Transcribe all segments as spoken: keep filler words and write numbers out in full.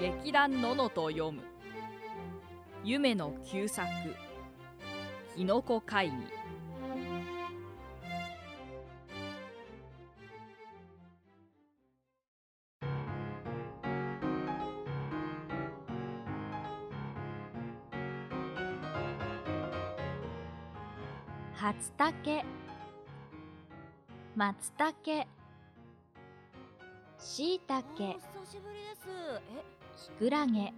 劇団ののと読む夢の旧作きのこ会議。 初竹、松茸、しいたけ、きくらげ、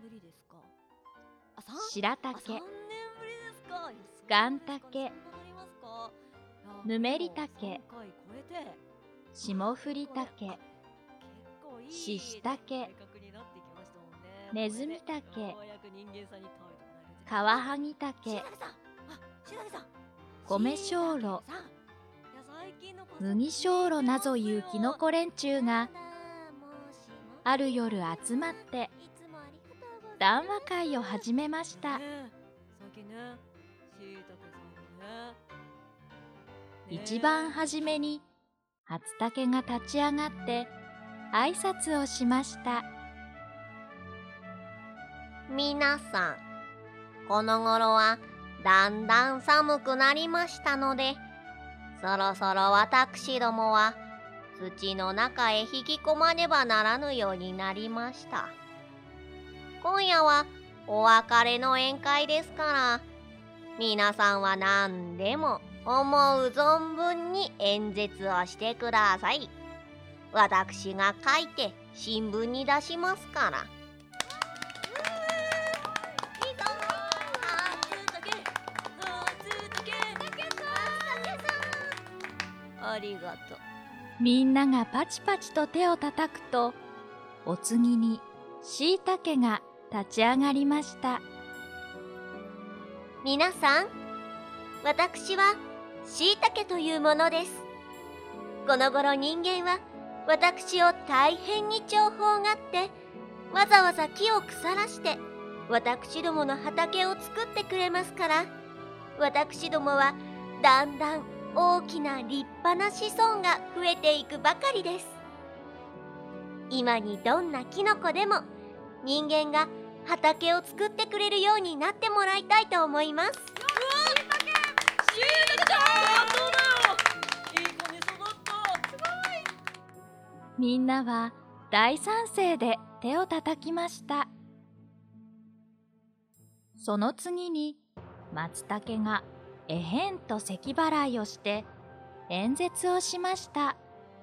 白竹、ガンタケ、ぬめりたけ、霜降りたけ、ししたけ、ねずみたけ、カワハギたけ、米しょうろ、麦しょうろなどいうきのこ連中がある夜集まって談話会を始めました。一番初めに初竹が立ち上がって挨拶をしました。 みなさん、この頃はだんだん寒くなりましたので、そろそろ私どもは土の中へ引き込まねばならぬようになりました。今夜はお別れの宴会ですから、皆さんは何でも思う存分に演説をしてください。私が書いて新聞に出しますから。ありがとう。 みんながパチパチと手を叩くと、お次にしいたけが立ち上がりました。 皆さん、私はしいたけというものです。この頃人間は私を大変に重宝がって、わざわざ木を腐らして私どもの畑を作ってくれますから、私どもはだんだん大きな立派な子孫が増えていくばかりです。今にどんなキノコでも人間が畑を作ってくれるようになってもらいたいと思います。 みんなは大賛成で手を叩きました。その次に松茸がえへんと咳払いをして演説をしました。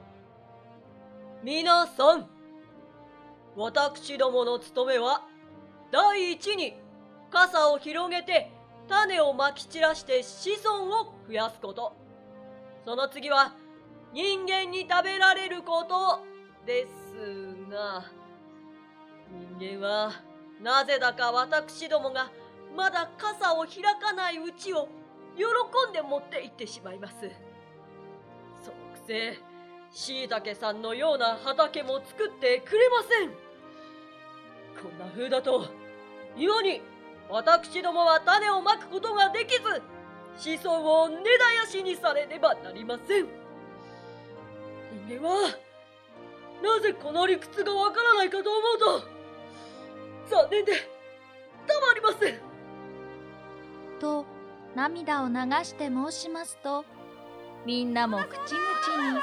皆さん、私どもの務めは第一に傘を広げて種をまき散らして子孫を増やすこと。その次は人間に食べられることですが、人間はなぜだか私どもがまだ傘を開かないうちを喜んで持って行ってしまいます。そのくせ、しいたけさんのような畑も作ってくれません。こんな風だと、今に私どもは種をまくことができず、子孫を根絶やしにされねばなりません。人間は、なぜこの理屈がわからないかと思うと、残念でたまりません。 と、涙を流して申しますと、みんなも口々に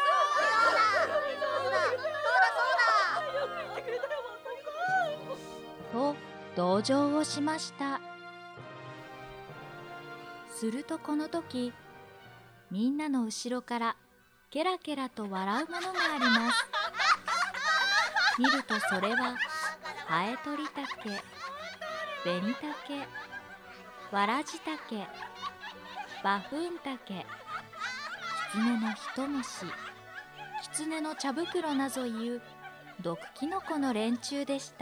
と同情をしました。するとこの時、みんなの後ろからケラケラと笑うものがあります。見るとそれはハエトリタケ、ベニタケ、ワラジタケ、バフンタケ、キツネのヒトムシ、キツネの茶袋などいう毒キノコの連中でした。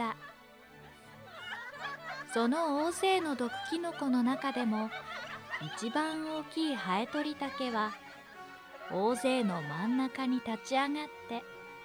その大勢の毒キノコの中でも一番大きいハエトリタケは大勢の真ん中に立ち上がって、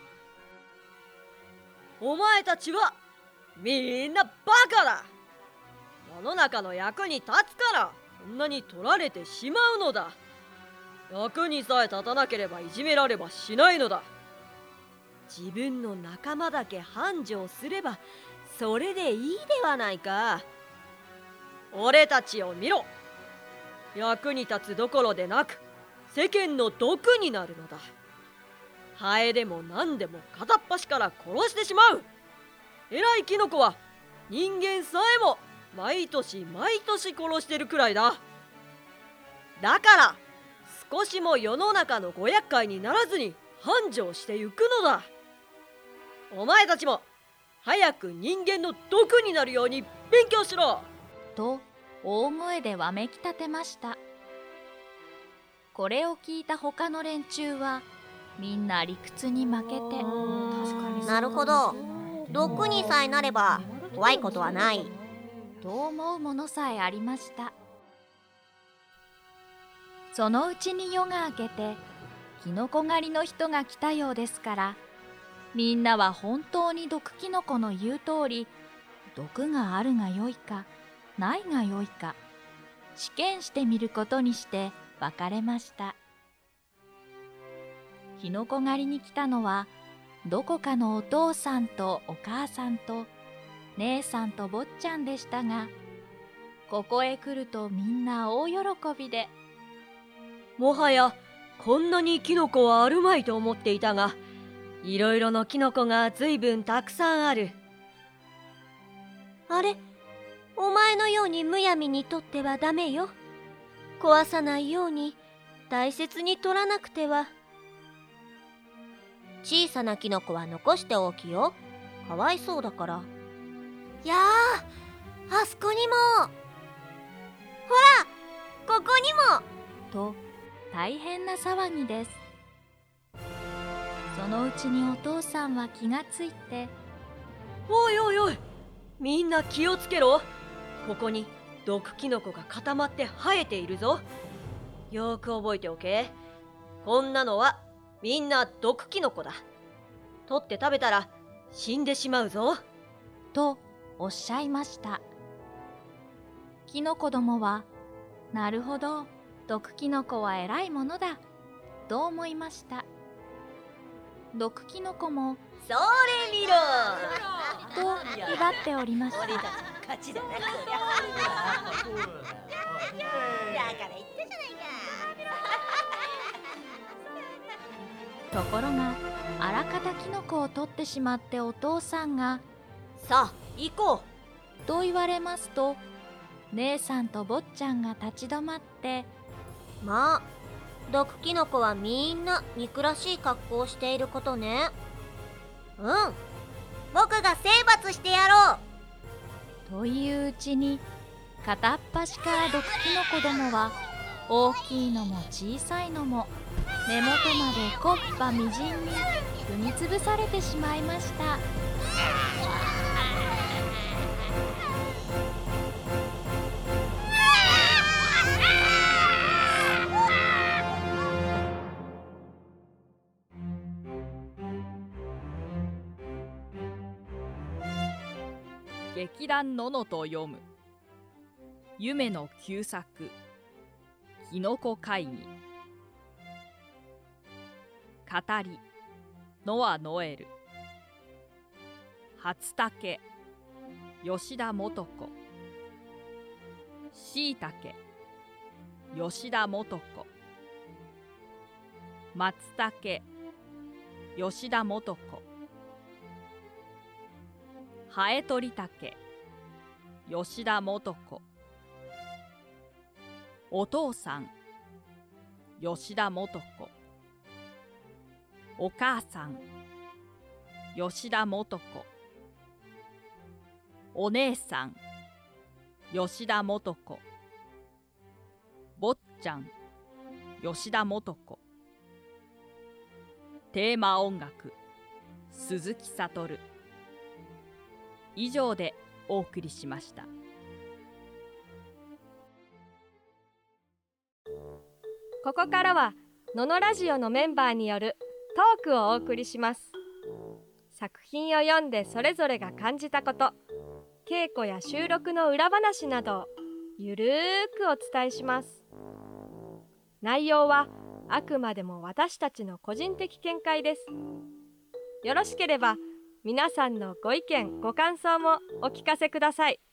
お前たちはみんなバカだ。世の中の役に立つからこんなに取られてしまうのだ。役にさえ立たなければいじめらればしないのだ。自分の仲間だけ繁盛すれば、そそれでいいではないか。俺たちを見ろ。役に立つどころでなく世間の毒になるのだ。ハエでも何でも片っ端から殺してしまう。偉いキノコは人間さえも毎年毎年殺してるくらいだ。だから少しも世の中のご厄介にならずに繁盛してゆくのだ。お前たちも早く人間の毒になるように勉強しろ。 と大声でわめきたてました。これを聞いた他の連中はみんな理屈に負けて、 なるほど、毒にさえなれば怖いことはないと思うものさえありました。そのうちに夜が明けてキノコ狩りの人が来たようですから、みんなは本当に毒キノコの言う通り、毒があるがよいかないがよいか試験してみることにして別れました。キノコ狩りに来たのはどこかのお父さんとお母さんと姉さんと坊ちゃんでしたが、ここへ来るとみんな大喜びで、 もはやこんなにキノコはあるまいと思っていたが、いろいろのキノコがずいぶんたくさんある。 あれ、お前のようにむやみに取ってはダメよ。壊さないように大切に取らなくては。小さなキノコは残しておきよ。かわいそうだから。やあ、あそこにも。ほら、ここにも。 と大変な騒ぎです。そのうちにお父さんは気がついて、 おいおいおい、みんな気をつけろ。ここに毒キノコが固まって生えているぞ。よーく覚えておけ。こんなのはみんな毒キノコだ。取って食べたら死んでしまうぞ。 とおっしゃいました。キノコどもは、なるほど、毒キノコは偉いものだと思いました。毒キノコもそれ見ろと威張っておりました。 俺たちの勝ちだな、こりゃ。だから言ったじゃないところがあらかたキノコを取ってしまってお父さんがさあ行こうと言われますと、姉さんと坊ちゃんが立ち止まって、 まあ、毒キノコはみんな憎らしい格好をしていることね。うん、僕が征伐してやろう。 といううちに片っ端から毒キノコどもは大きいのも小さいのも根元まで木っ端みじんに踏みつぶされてしまいました。 劇団ののと読む夢の旧作きのこ会議。語りノア・ノエル。初竹吉田素子。しいたけ吉田素子。松茸吉田素子。ハエトリタケ吉田素子。お父さん吉田素子。お母さん吉田素子。お姉さん吉田素子。坊っちゃん吉田素子。テーマ音楽鈴木悟。以上でお送りしました。 ここからはののラジオのメンバーによるトークをお送りします。作品を読んでそれぞれが感じたこと、稽古や収録の裏話などをゆるーくお伝えします。内容はあくまでも私たちの個人的見解です。よろしければ皆さんのご意見ご感想もお聞かせください。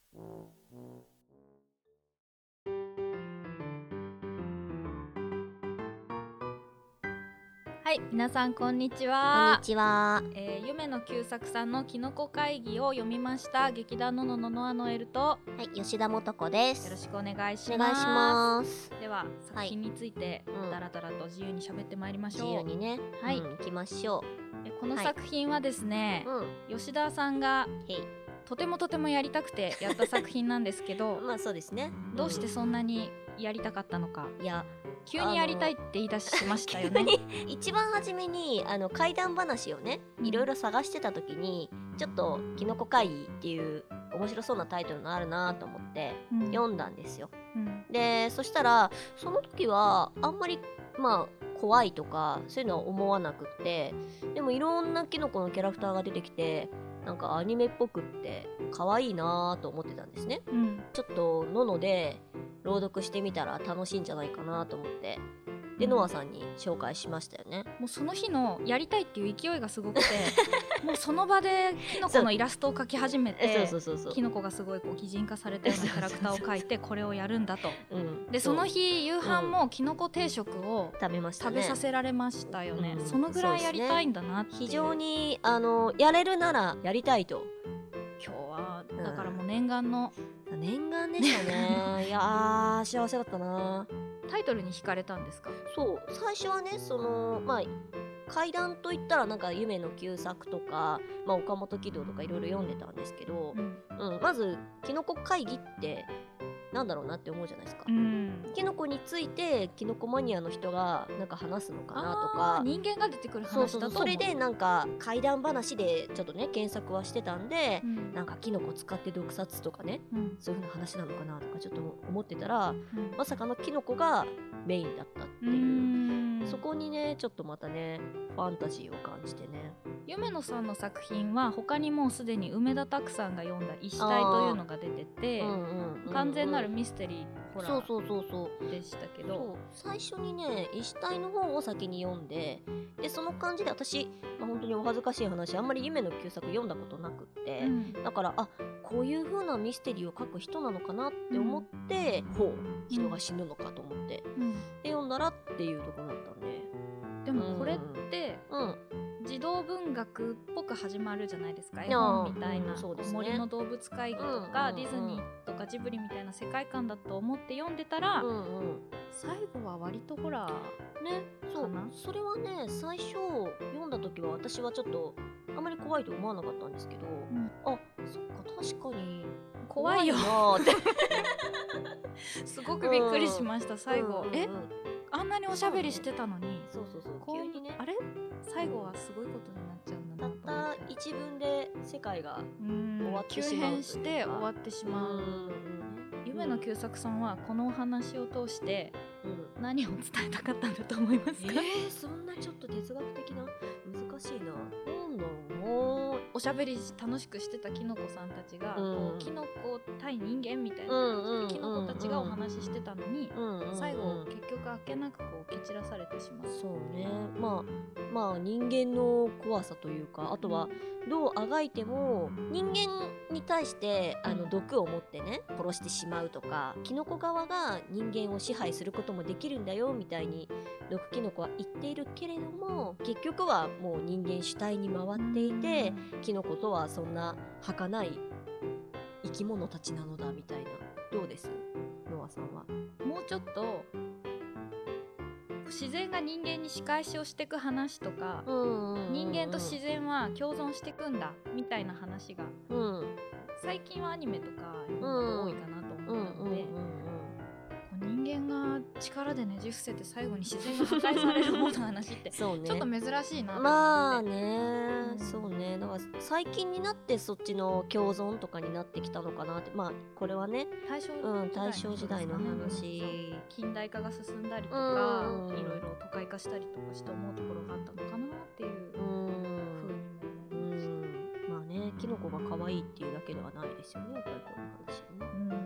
はい、皆さんこんにちこんはに。ちは。 えー、夢の旧作さんのキノコ会議を読みました劇団ののののあのエルと、よはい、吉田素子です。 ろしくお願いします。 お願いします。 では作品についてうんだらだらと自由に喋ってまいりまし自ょう。 由にね、 はいうん、行きましょえこの作品はですね、 う。うん、 吉田さんがへい。 とてもとてもやりたくてやった作品なんですけどまあそうですね。 どうしてそんなにやりたかったのか、 いや、 急にやりたいって言い出しましたよね。 一番初めにあの怪談話をね、いろいろ探してた時に、ちょっとキノコ会議っていう面白そうなタイトルのあるなと思ってうん読んだんですよ。 うんで、そしたらその時はあんまりまあ怖いとかそういうのは思わなくって、でもいろんなキノコのキャラクターが出てきて、なんかアニメっぽくって可愛いなと思ってたんですね。 うんちょっとのので朗読してみたら楽しいんじゃないかなと思って、で、 うんノアさんに紹介しましたよね。 もうその日のやりたいっていう勢いがすごくてもうその場でキノコのイラストを描き始めえてそうそうそうそうキノコがすごいこう擬人化されたようなキャラクターを描いてこれをやるんだと。 うん、 でその日夕飯もキノコ定食を食べましたね。 食べさせられましたよね、 うんそのぐらいやりたいんだなっていう。 非常にあのやれるならやりたいと。 今日はうんだからもう念願の念願でしたね。いやー幸せだったな。 タイトルに惹かれたんですか？ そう最初はね、そのまあ怪談といったらなんか夢の旧作とか、まあ、岡本喜道とかいろいろ読んでたんですけど、 うんうん、まずキノコ会議ってなんだろうなって思うじゃないですか。 うんキノコについてキノコマニアの人がなんか話すのかなとあーか。 人間が出てくるそうそうそう、 話だと思う。 それでなんか怪談話でちょっとね検索はしてたんで、 うんなんかキノコ使って毒殺とかね、 うんそういう風な話なのかなとかちょっと思ってたら、 うんまさかのキノコがメインだったってういう、 んそこにねちょっとまたねファンタジーを感じてね。 夢野さんの作品は他にもうすでに梅田拓さんが読んだ「石体」というのが出てて、 うんうんうんうん完全なるミステリーホラそうそうそうそうーでしたけそうど、 最初にね石体の方を先に読んで、でその感じで私、まあ、本当にお恥ずかしい話、あんまり夢の旧作読んだことなくって、 うんだからあこういう風なミステリーを書く人なのかなって思って、ほう人が死ぬのかと思って、 うんで読んだらっていうところだったんで。 でもこれってうん児童文学っぽく始まるじゃないですか、絵やー本みたいな、 うんそうですね森の動物会議とうんうんか、 うんディズニーとかジブリみたいな世界観だと思って読んでたら、 うんうん最後は割とホラーね、そうかなそれはね最初読んだ時は私はちょっとあんまり怖いと思わなかったんですけど、 んあそっか確かに怖いよなーってすごくびっくりしました最後、えうんうんうんあんなにおしゃべりしてたのに、 そうそうそうこう急にねあれ最後はすごいことになっちゃうんだたなと思ってった一文で世界がうん終わって急しまうというか変して終わってしまう、 うん夢の旧作さんはこのお話を通してうん何を伝えたかったんだと思いますか、 えー、そんなちょっと哲学的な難しいななんだろうなおしゃべり楽しくしてたキノコさんたちが、 うんこうキノコ対人間みたいなうんうん感じでキノコたちがお話ししてたのに、 うんうんうん最後結局あっけなくこう蹴散らされてしまう。 そうねまあまあ人間の怖さというか、あとはどうあがいても人間に対してあの毒を持ってね殺してしまうとか、キノコ側が人間を支配することもできるんだよみたいに毒キノコは言っているけれども、結局はもう人間主体に回っていて、キノコとはそんな儚い生き物たちなのだみたいな。どうですノアさんは。 もうちょっと自然が人間に仕返しをしていく話とか、人間と自然は共存していくんだみたいな話がうん最近はアニメとか日本だと多いかなとうん思ったので、 うんうんこう人間が力でねじ伏せて最後に自然が破壊される方の話ってそうねちょっと珍しいなと思って、 まあね、 うんそうねだから最近になってそっちの共存とかになってきたのかなって、まあこれはね大正うん大正時代のそう話、 近代化が進んだりとうかんいろいろ都会化したりとかして思うところがあったのかなっていううふうにもん思いました。 うんまあねキノコが可愛いっていうだけではないですよねやっぱりこの話はね。 うん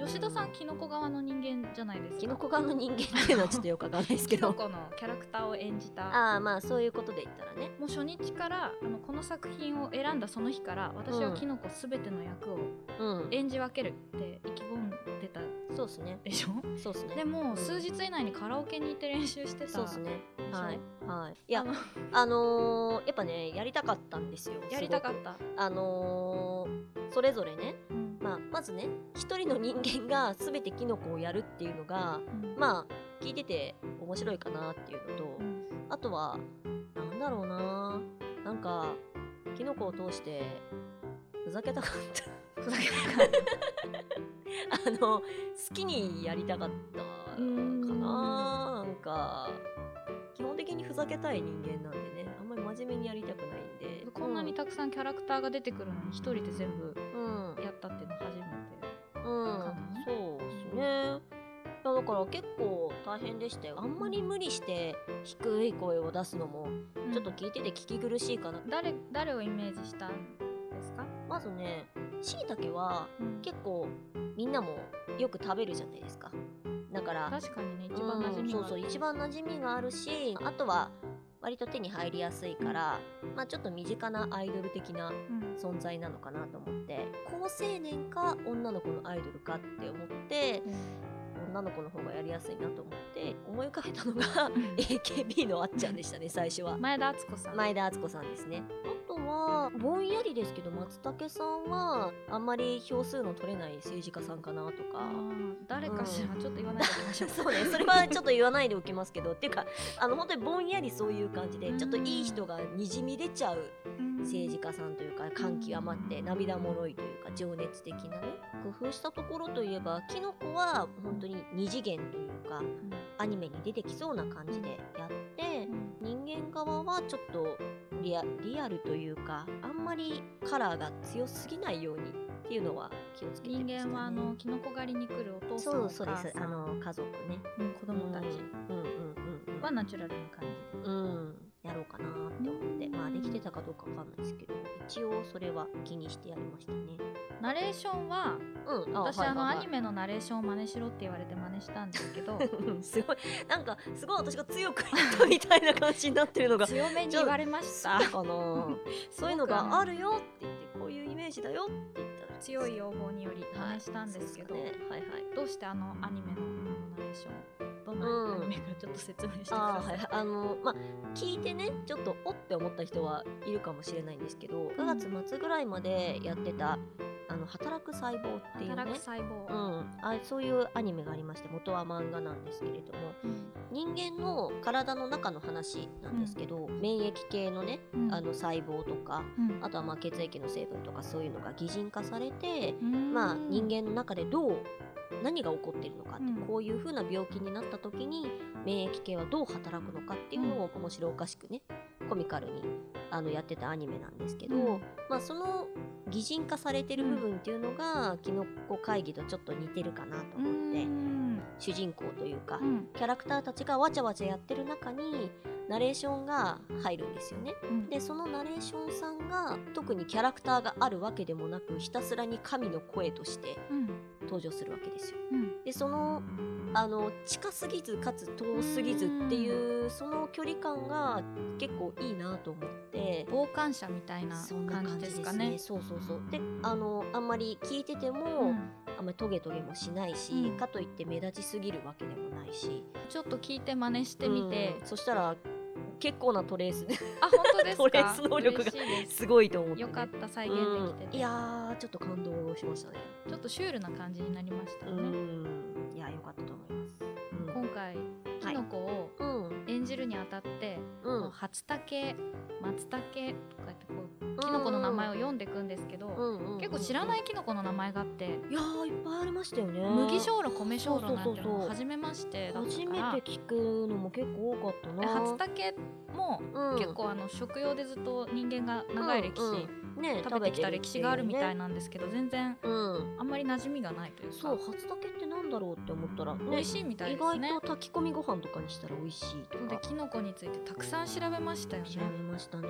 吉田さんキノコ側の人間じゃないですか。 キノコ側の人間っていうのはちょっとよくわかんないですけどキノコのキャラクターを演じたああまあそういうことで言ったらね、 もう初日からあのこの作品を選んだその日から私はキノコすべての役をうん演じ分けるって意気込んでたそうっすねでしょ。 そうっすねでも、 うん、 数日以内にカラオケに行って練習してた。 そうっすねでしょはいはいいやあのあのー、やっぱねやりたかったんですよ。 やりたかったすごくあのー、それぞれね、 うんまあ、まずね一人の人間が全てキノコをやるっていうのがうんまあ聞いてて面白いかなっていうのと、 うんあとはなんだろうななんかキノコを通してふざけたかったふざけなかっあの好きにやりたかったかな。なんか基本的にふざけたい人間なんでね、あんまり真面目にやりたくないんで、 たこんなにたくさんキャラクターが出てくるのに一人で全部うんやったっていうの初めてうん、 かなそうですね。いやだから結構大変でしたよ。あんまり無理して低い声を出すのもうんちょっと聞いてて聞き苦しいかな。 誰誰をイメージしたんですか。 まずね、しいたけはうん結構みんなもよく食べるじゃないですか。だから確かにね一番馴染みがあるうんそうそう一番馴染みがあるし、あとは割と手に入りやすいから、まあちょっと身近なアイドル的なうん存在なのかなと思って、高青年か女の子のアイドルかって思って女の子の方がやりやすいなと思って思い浮かべたのが エーケービー のあっちゃんでしたね最初は。 前田敦子さん。 前田敦子さんですね。あとはぼんやりですけど松竹さんはあんまり票数の取れない政治家さんかなとか。 あー誰かしら、ちょっと言わないでおきましょう。 そうね、それはちょっと言わないでおきますけどっていうかあの本当にぼんやりそういう感じでちょっといい人がにじみ出ちゃう政治家さんというか感極まって涙もろいというか情熱的なね工夫したところといえばキノコは本当に二次元というかアニメに出てきそうな感じでやって人間側はちょっとリア、リアルというかあんまりカラーが強すぎないようにっていうのは気をつけてましたね。 人間はあのキノコ狩りに来るお父さんおそうそうです母さんあの家族ねうん子供たちうんうんうんうんはナチュラルな感じ。 うんやろうかなって思ってまあできてたかどうかわかんないですけど一応それは気にしてやりましたね。 ナレーションはうん私あのアニメメのナレーションを真似しろって言われて真似したんですけどすごいなんかすごい私が強く言ったみたいな感じになってるのが強めに言われました。 そうかなそういうのがあるよって言ってこういうイメージだよって言ったら強い要望により真似したんですけど、 はいそうですかねはいはいどうしてあのアニメのあのナレーションどんなアニメかちょっと説明してくあださい。 ーはいあのまあ聞いてねちょっとおって思った人はいるかもしれないんですけどくがつまつぐらいまでやってたあの働く細胞っていうね働く細胞、 うん、あそういうアニメがありまして元は漫画なんですけれどもうん人間の体の中の話なんですけど、免疫系のね、 うんあの細胞とかうんあとはまあ血液の成分とかそういうのが擬人化されて、 うんまあ人間の中でどう何が起こっているのかって、 うんこういう風な病気になった時に免疫系はどう働くのかっていうのを面白おかしくねコミカルにあのやってたアニメなんですけど、 うんまあその擬人化されてる部分っていうのが、キノコ会議とちょっと似てるかなと思って、 うん主人公というか、 うんキャラクターたちがわちゃわちゃやってる中にナレーションが入るんですよね。 うんでそのナレーションさんが特にキャラクターがあるわけでもなくひたすらに神の声としてうん登場するわけですよ。 うんでそのあの近すぎずかつ遠すぎずっていうその距離感が結構いいなと思って傍観者みたいなそんな感じ感じですすでかねね。そうそうそうであのあんまり聞いてても、 うんあんまりトゲトゲもしないし、 うんかといって目立ちすぎるわけでもないしちょっと聞いて真似してみて、 うんそしたら結構なトレースあ本当ですか。 トレース能力が嬉しいですすごいと思って、ね、 よかった再現できてて、 うんいやーちょっと感動しましたねちょっとシュールな感じになりましたうよね。 んいやよかったと思います今回キノコをうんうん演じるにあたって、 うんこう初竹松茸とか言ってこうキノコの名前を読んでいくんですけど、 うんうんうん結構知らないキノコの名前があって、 いやーいっぱいありましたよね麦じょうろ米じょうろなんてそうそうそうそうの初めましてだった初からめて聞くのも結構多かったなで初竹もうん結構あの食用でずっと人間が長い歴史、 うんうんね食べてきた歴史があるみたいな、 なんですけど、全然うん、 あんまり馴染みがないというか、 そう初竹ってなんだろうって思ったら、ね、 美味しいみたい意ですね。 外と炊き込みご飯とかにしたら美味しいとかでキノコについてたくさん調べましたよね。 調べましたね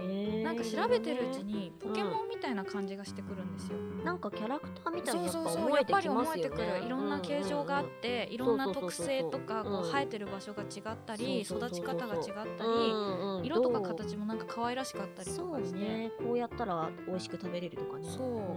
なんか調べてるうちにポケモンみたいな感じがしてくるんですよ、 うん、なんかキャラクターみたいにやっぱそうそうそう思えてきますよね。 やっぱり思えてくる。いろんな形状があって、いろんな特性とかこう生えてる場所が違ったり、育ち方が違ったり、色とか形もなんか可愛らしかったりとかして、 ね、こうやったら美味しく食べれるとかね。 そう、うん、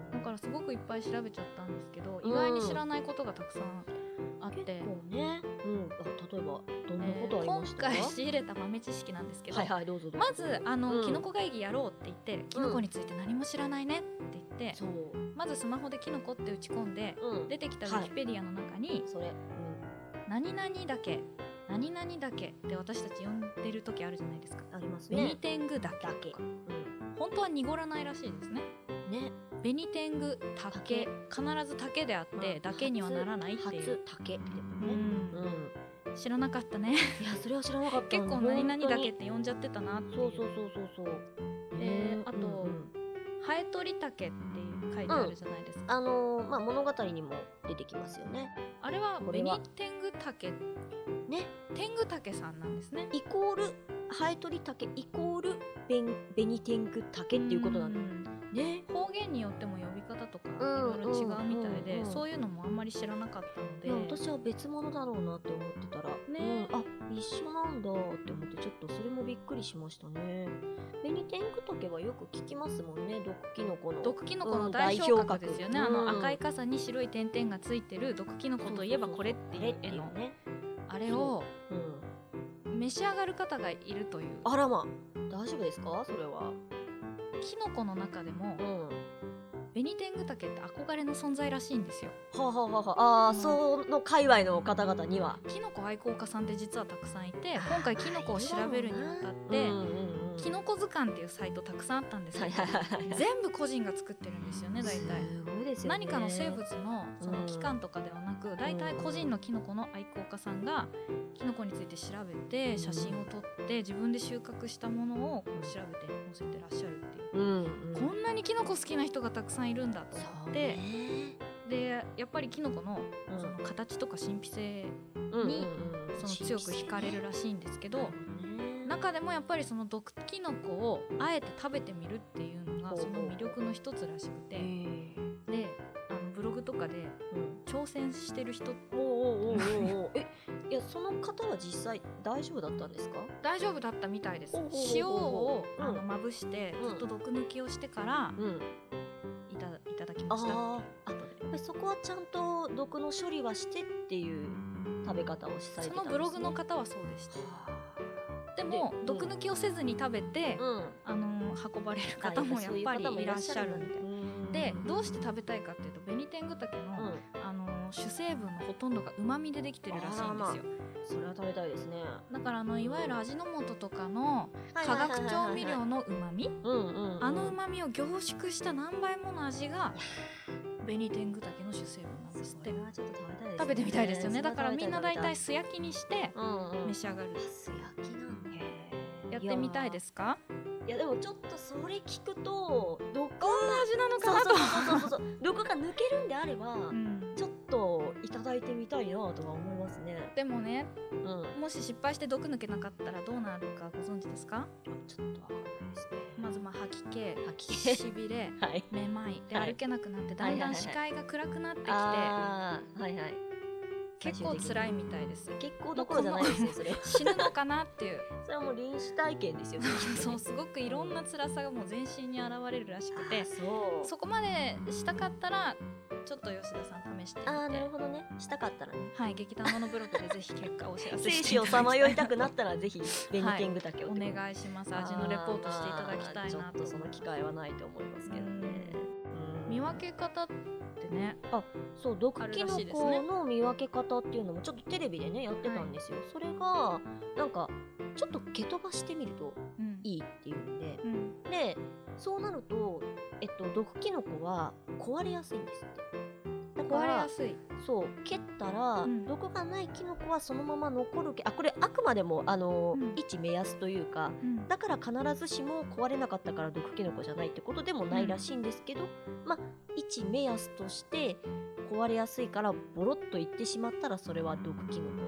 だからすごくいっぱい調べちゃったんですけど、意外に知らないことがたくさんあって、 結構ね、うん、あ、例えばどんなことありましたか？ えー、今回仕入れた豆知識なんですけど、 はいはい、どうぞどうぞ。 まずあの、 うん、 キノコ会議やろうって言って、キノコについて何も知らないねって言って、 そう、 まずスマホでキノコって打ち込んで、うん、出てきたウィキペディアの中に、はい、それ、うん、何々だけ何々だけって私たち呼んでる時あるじゃないですか。 ありますね。 ベニテングだけとか、うん、本当は濁らないらしいですね。ね、ベニテング竹、必ず竹であって、まあ、だけにはならないっていう。 初竹ってね、 うんうん、知らなかったね。 いや、それは知らなかった。 結構何々だけって呼んじゃってたなっていう。 そうそうそうそうそう。 で、あと、うんうん、ハエトリタケっていう書いてあるじゃないですか、 うん、あのー、まあ物語にも出てきますよね。 あれはベニテングタケね、テングタケさんなんですね。 イコールハエトリタケイコールベンベニテングタケっていうことなんだね。 方言によっても呼び方とかいろいろ違うみたいで、うんうんうんうん、そういうのもあんまり知らなかったので、 いや私は別物だろうなって思ってたらね、うん、あ、一緒なんだって思ってちょっとそれもびっくりしましたね。ベニテングタケはよく聞きますもんね。毒キノコの毒キノコの代表格ですよね、うん、あの赤い傘に白い点々がついてる毒キノコといえばこれっていう絵のね、あれを、うん、召し上がる方がいるという。 あらま、大丈夫ですかそれは。 キノコの中でも、うん、ベニテングタケって憧れの存在らしいんですよ。 はあ、はあはあ、あ、うん、その界隈の方々にはキノコ愛好家さんって実はたくさんいて、今回キノコを調べるにあたって、キノコ図鑑っていうサイトたくさんあったんですけど、全部個人が作ってるんですよね。大体すごいですよね。 何かの生物のその機関とかではなく、大体個人のキノコの愛好家さんがキノコについて調べて写真を撮って自分で収穫したものをこう調べて載せてらっしゃるっていう、うんうん、こんなにキノコ好きな人がたくさんいるんだと思って、でやっぱりキノコのその形とか神秘性にその強く惹かれるらしいんですけど、中でもやっぱりその毒キノコをあえて食べてみるっていうのがその魅力の一つらしくて、であのブログとかで挑戦してる人、 おおおおえいやその方は実際大丈夫だったんですか？ 大丈夫だったみたいです。塩をあのまぶしてずっと毒抜きをしてからいた、いただきました。ああ、そこはちゃんと毒の処理はしてっていう食べ方をされてたんですね。 そのブログの方はそうでした。でもで、毒抜きをせずに食べて、うん、あの運ばれる方もやっぱりいらっしゃるみたいな。でどうして食べたいかっていうと、ベニテングタケの、うん、あの主成分のほとんどがうまみでできてるらしいんですよ。 それは食べたいですね。 だからあのいわゆる味の素とかの化学調味料のうまみ、あのうまみを凝縮した何倍もの味がベニテングタケの主成分なんですって。 それはちょっと食べたいですね。 食べてみたいですよね。だからみんなだいたい素焼きにして召し上がる。 素焼きなんだ。 やってみたいですか？ いやでもちょっとそれ聞くと毒どんな味なのかなと。 そうそうそうそう毒が抜けるんであれば、うん、ちょっといただいてみたいなとは思いますね。 でもね、うん、もし失敗して毒抜けなかったらどうなるかご存知ですか？ ちょっとわかんないですね。 まずまあ吐き気、 吐き気、 しびれ、 はい、 めまいで歩けなくなって、だんだん視界が暗くなってきて、 はいはいはい、 結構辛いみたいです。 結構どころじゃないですよそれ。 死ぬのかなっていう。 それはもう臨死体験ですよね。 そうすごくいろんな辛さがもう全身に現れるらしくて、 そう。 そこまでしたかったらちょっと吉田さん試してみて。 ああなるほどね。したかったらね。 はい、劇団のブログでぜひ結果をお知らせしていただきたい。 生死をさまよいたくなったらぜひベニテングタケを、 はい、お願いします。味のレポートしていただきたいなと。 ちょっとその機会はないと思いますけどね。 見分け方ってね、 あ、そう毒キノコの見分け方っていうのもちょっとテレビでねやってたんですよ。はい、それがなんかちょっと蹴飛ばしてみるといいっていうんで、うん、でそうなるとえっと毒キノコは壊れやすいんですって。だから壊れやすい。 そう蹴ったら、うん、毒がないキノコはそのまま残るけあこれあくまでもあの、うん、一目安というか、うん、だから必ずしも壊れなかったから毒キノコじゃないってことでもないらしいんですけど、うん、まあ一目安として壊れやすいからボロッといってしまったらそれは毒キノコって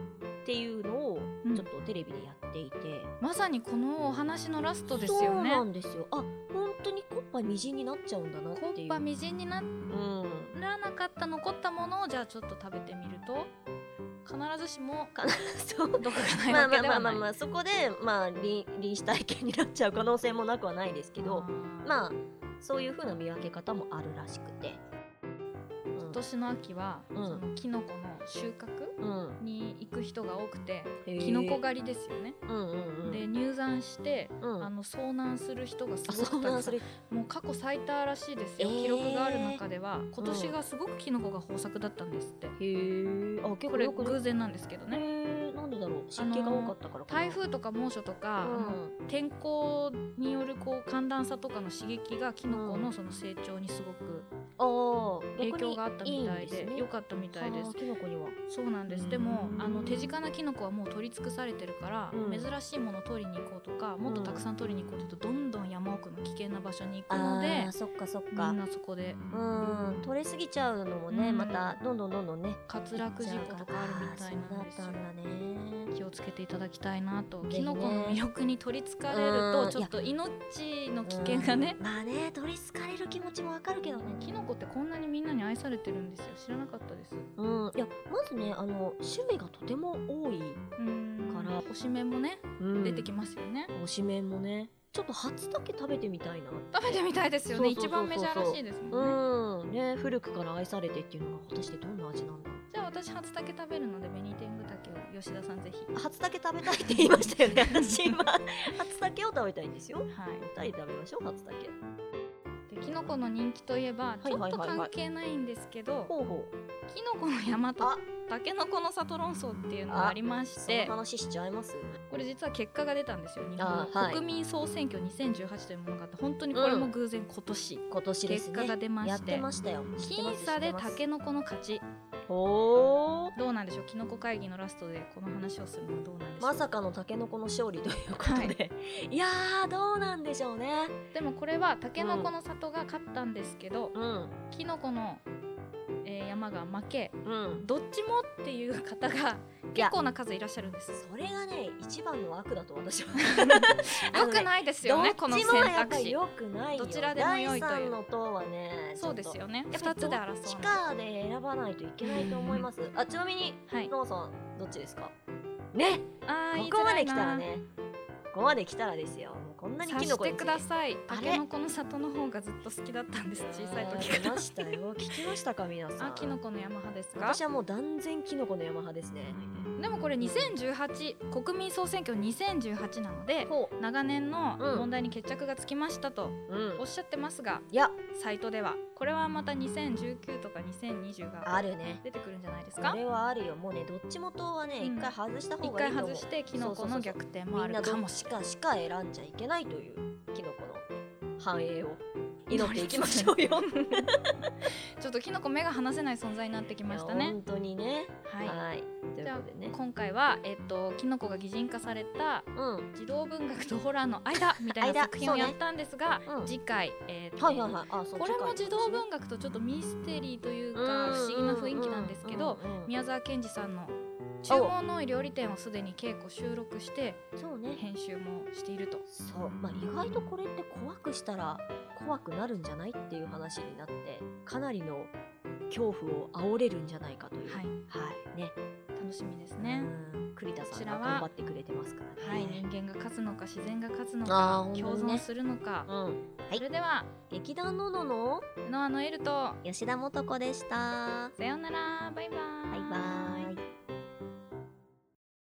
っていうのをうんちょっとテレビでやっていて、 まさにこのお話のラストですそうよね。 なんですよ。あ、本当にコッパみじんになっちゃうんだなっていう。 コッパみじんになうん。 らなかった残ったものをじゃあちょっと食べてみると必ずしもかなそう毒がないまあまわけではない。 あまあまあまあそこでまあ臨臨死体験になっちゃう可能性もなくはないですけど、まあそういう風な見分け方もあるらしくて、 今年の秋は、 うんそのキノコの収穫うんうんに行く人が多くて、 へーキノコ狩りですよね。 うんうんうんで入山して、 うんあの遭難する人がすあごくたくさん、 そうなんそれもう過去最多らしいですよ、 えー記録がある中では今年がすごくキノコが豊作だったんですって。 へえ、あ結これ構よく偶然なんですけどね。 へえ、なんでだろう、湿気が多かったからかな。 台風とか猛暑とか、 うんあの天候によるこう寒暖差とかの刺激がキノコのその成長にすごくああ影響があったみたいで良かかったみたいです。 キノコには。 そうなんです。 うんでもあの手近なキノコはもう取り尽くされてるから、 うん珍しいものを取りに行こうとか、もっとたくさん取りに行こうとどんどん山奥の危険な場所に行くのでああ、そっかそっか。 みんなそこでうん、取れすぎちゃうのもね、 うんまたどんどんどんどんね。 滑落事故とかあるみたいなんですよ。 あーそうだったんだね。 気をつけていただきたいなと。 ぜひねキノコの魅力に取りつかれるうんとちょっと命の危険がね。 うんまあね、取りつかれる気持ちもわかるけどね。 キノコってこんなにみんなに愛されてるんですよ。知らなかったです。 うん、いやまずね、あの種類がとても多い、 うんから推しメンもね、 うん出てきますよね。 推しメンもね、ちょっと初だけ食べてみたいな。 食べてみたいですよね。 そうそうそうそう一番メジャーらしいですもんね。 うん、ね、古くから愛されてっていうのが果たしてどんな味なんだろう。 じゃあ私初竹食べるので紅天狗竹を吉田さんぜひ。 初だけ食べたいって言いましたよね。私今初だけを食べたいんですよ。 はい。 二人で食べましょう、初だけ。 でキノコの人気といえばいはいはいはいちょっと関係ないんですけど、 ほうほう。 キノコの山とあタケノコの里論争っていうのがありましそのて、 話しちゃいます。 これ実は結果が出たんですよ。日あはい本国民総選挙にせんじゅうはちというものがあって、本当にこれも偶然今年、 今年ですね。 結果が出ましてやってましたよ。知ってます僅差で知ってますタケノコの勝ち。 ほー。 どうなんでしょう。キノコ会議のラストでこの話をするのはどうなんでしょう。 まさかのタケノコの勝利ということで、い、やーどうなんでしょうね。 でもこれはタケノコの里が勝ったんですけど、 うんキノコの、えー山が負け、 うん。 どっちもっていう方が結構な数いらっしゃるんです。 それがね一番の悪だと私は。 良くないですよね、この選どっちもやっぱ択肢。 り良くないよ。 どちらでも良いというだいさんの党はね、 そうですよね。 ちょっと二つで争うの。 どっちかで選ばないといけないと思います。あ、ちなみにはい。 ノーさんどっちですか。ね、 あーここまで来たら。 言いづらいなね、ここまで来たらですよ。もうこんなにキノコについて察してください。 あれタケノコの里の方がずっと好きだったんです。小さい時からあー見ま。したよ。聞きましたか皆さん。 あ、キノコの山派ですか。 私はもう断然キノコの山派ですね。 でもこれにせんじゅうはち国民総選挙にせんじゅうはちなので、 ほ長年のうん問題に決着がつきましたとう。うんおっ。しゃってますが、 いや、 サイトではこれはまたにせんじゅうきゅうとかにせんにじゅうがあるね。 出てくるんじゃないですか。 これはあるよ。もうね、どっちも党はね、 うん一回外した方一がいいと思う。 回外してキノコの逆転もあるみんなどっかもしれない。 ちかしか選んじゃいけないというキノコの繁栄を祈っていきましょうよ。 ちょっとキノコ目が離せない存在になってきましたね。 いや本当にね。 はい。 はい。といじゃあうことでね。 今回はえっとキノコが擬人化されたうん。 児童文学とホラーの間みたいな間作品をやったんですが、 そうねうん次回えっとはいはいはい。あ、そうこれも児童文学学とちょっとミステリーというか不思議な雰囲気なんですけど、 うんうん宮沢賢治さんの注文の多い料理店をすでに稽古収録してそうね。 編集もしていると。 そう、まあ、意外とこれって怖くしたら怖くなるんじゃないっていう話になってかなりの恐怖を煽れるんじゃないかというはい、 はいね楽しみですね。 うん栗田さんこちらはが頑張ってくれてますからはい、 ね。 人間が勝つのか自然が勝つのあーか本当にね共存するのか、 うん、はそい。 れでは劇団のののノアのエルと吉田素子でした。 さようなら、バイバーイ。 バイバイ。